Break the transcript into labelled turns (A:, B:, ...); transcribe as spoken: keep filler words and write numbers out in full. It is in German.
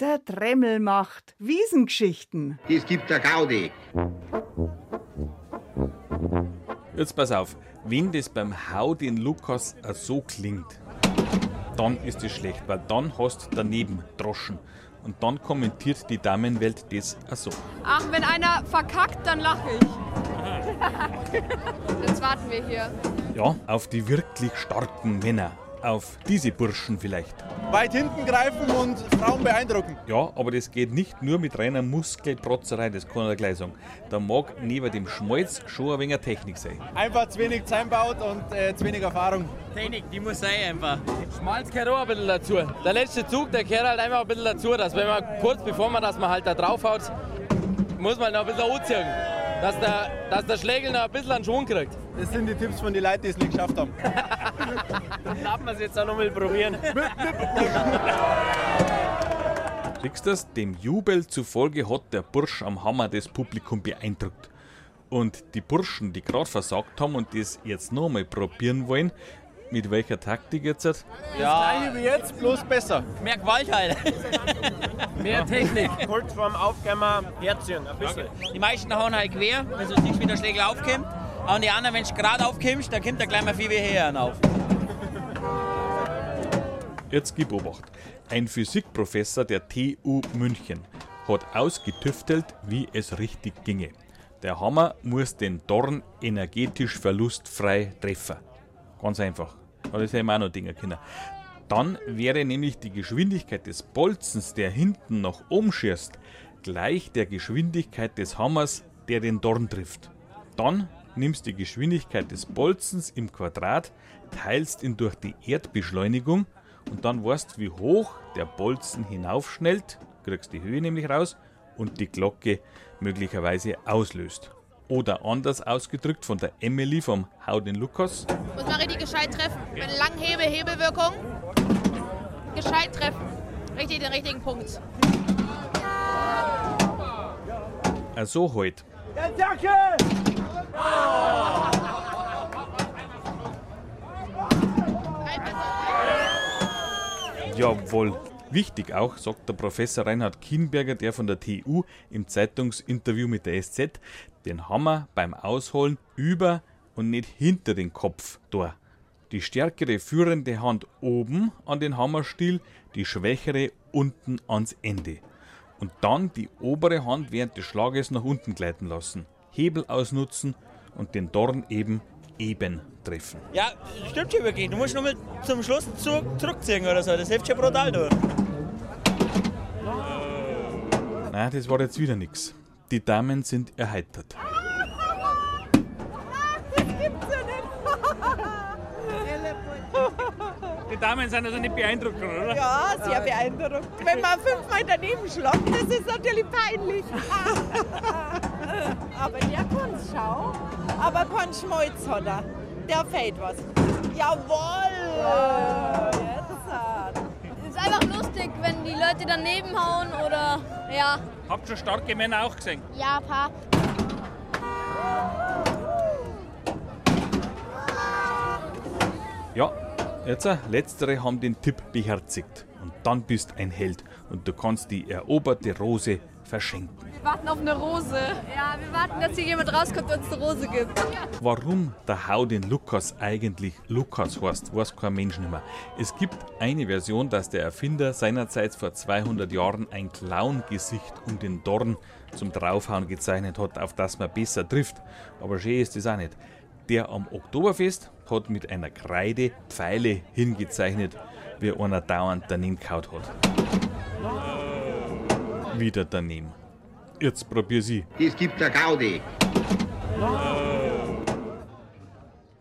A: Der Tremmel macht Wiesengeschichten.
B: Es gibt der Gaudi.
C: Jetzt pass auf, wenn das beim Hau den Lukas so klingt, dann ist es schlecht, weil dann hast du daneben Droschen. Und dann kommentiert die Damenwelt das so.
D: Ach, wenn einer verkackt, dann lache ich. Jetzt warten wir hier.
C: Ja, auf die wirklich starken Männer. Auf diese Burschen vielleicht.
E: Weit hinten greifen und Frauen beeindrucken.
C: Ja, aber das geht nicht nur mit reiner Muskelprotzerei, das kann ich gleich sagen. Da mag neben dem Schmalz schon ein wenig Technik sein.
E: Einfach zu wenig zusammenbaut und äh, zu wenig Erfahrung.
F: Technik, die muss sein einfach. Schmalz gehört auch ein bisschen dazu. Der letzte Zug, der gehört halt einfach ein bisschen dazu, dass wenn man kurz bevor man das man halt da draufhaut, muss man noch ein bisschen anziehen. Dass der, dass der Schlägel noch ein bisschen einen Schwung kriegt.
E: Das sind die Tipps von den Leuten, die es nicht geschafft haben.
F: Dann darf man es jetzt auch noch mal probieren.
C: Siehst du das? Dem Jubel zufolge hat der Bursch am Hammer das Publikum beeindruckt. Und die Burschen, die gerade versagt haben und das jetzt noch mal probieren wollen, mit welcher Taktik jetzt?
E: Ja, das gleiche wie jetzt, bloß besser.
F: Mehr Gewalt halt. Mehr Technik.
E: Kurz vorm Aufgämmer herziehen, ein bisschen.
F: Die meisten hauen halt quer, wenn du siehst, wie der Schlägel aufkommt. Und die anderen, wenn du gerade aufkommst, dann kommt der gleich mal viel wie her auf.
C: Jetzt gib Obacht. Ein Physikprofessor der T U München hat ausgetüftelt, wie es richtig ginge. Der Hammer muss den Dorn energetisch verlustfrei treffen. Ganz einfach. Aber das hätten wir auch noch Dinge können. Dann wäre nämlich die Geschwindigkeit des Bolzens, der hinten nach oben schießt, gleich der Geschwindigkeit des Hammers, der den Dorn trifft. Dann nimmst du die Geschwindigkeit des Bolzens im Quadrat, teilst ihn durch die Erdbeschleunigung und dann weißt du, wie hoch der Bolzen hinaufschnellt, kriegst die Höhe nämlich raus und die Glocke möglicherweise auslöst. Oder anders ausgedrückt von der Emily vom Hau den Lukas.
D: Muss man richtig gescheit treffen. Mit Langhebe, Hebelwirkung. Gescheit treffen. Richtig den richtigen Punkt.
C: Also halt. Jawohl. Wichtig auch, sagt der Professor Reinhard Kienberger, der von der T U im Zeitungsinterview mit der S Z, den Hammer beim Ausholen über und nicht hinter den Kopf da. Die stärkere führende Hand oben an den Hammerstiel, die schwächere unten ans Ende. Und dann die obere Hand während des Schlages nach unten gleiten lassen. Hebel ausnutzen und den Dorn eben eben treffen.
F: Ja, stimmt schon wirklich. Du musst nur mal zum Schluss zu, zurückziehen oder so. Das hilft schon brutal durch.
C: Nein, das war jetzt wieder nix. Die Damen sind erheitert.
D: Das gibt's ja nicht.
F: Die Damen sind also nicht beeindruckt, oder?
G: Ja, sehr beeindruckt. Wenn man fünfmal daneben schlagt, das ist natürlich peinlich. Aber der kann's, schau. Aber kein Schmalz hat er. Der fällt was. Jawohl! Ja, jetzt hat.
D: Es ist einfach lustig, wenn die Leute daneben hauen oder ja.
F: Habt schon starke Männer auch gesehen?
D: Ja, ein paar.
C: Ja, jetzt äh, letztere haben den Tipp beherzigt. Und dann bist ein Held und du kannst die eroberte Rose verschenken.
D: Wir warten auf eine Rose. Ja, wir warten, dass hier jemand rauskommt und uns eine Rose gibt.
C: Warum der Hau den Lukas eigentlich Lukas heißt, weiß kein Mensch nicht mehr. Es gibt eine Version, dass der Erfinder seinerzeit vor zweihundert Jahren ein Clown-Gesicht um den Dorn zum Draufhauen gezeichnet hat, auf das man besser trifft. Aber schön ist das auch nicht. Der am Oktoberfest hat mit einer Kreide Pfeile hingezeichnet, wie einer dauernd daneben gehauen hat. Wieder daneben. Jetzt probier sie.
B: Es gibt der Gaudi.
C: Äh.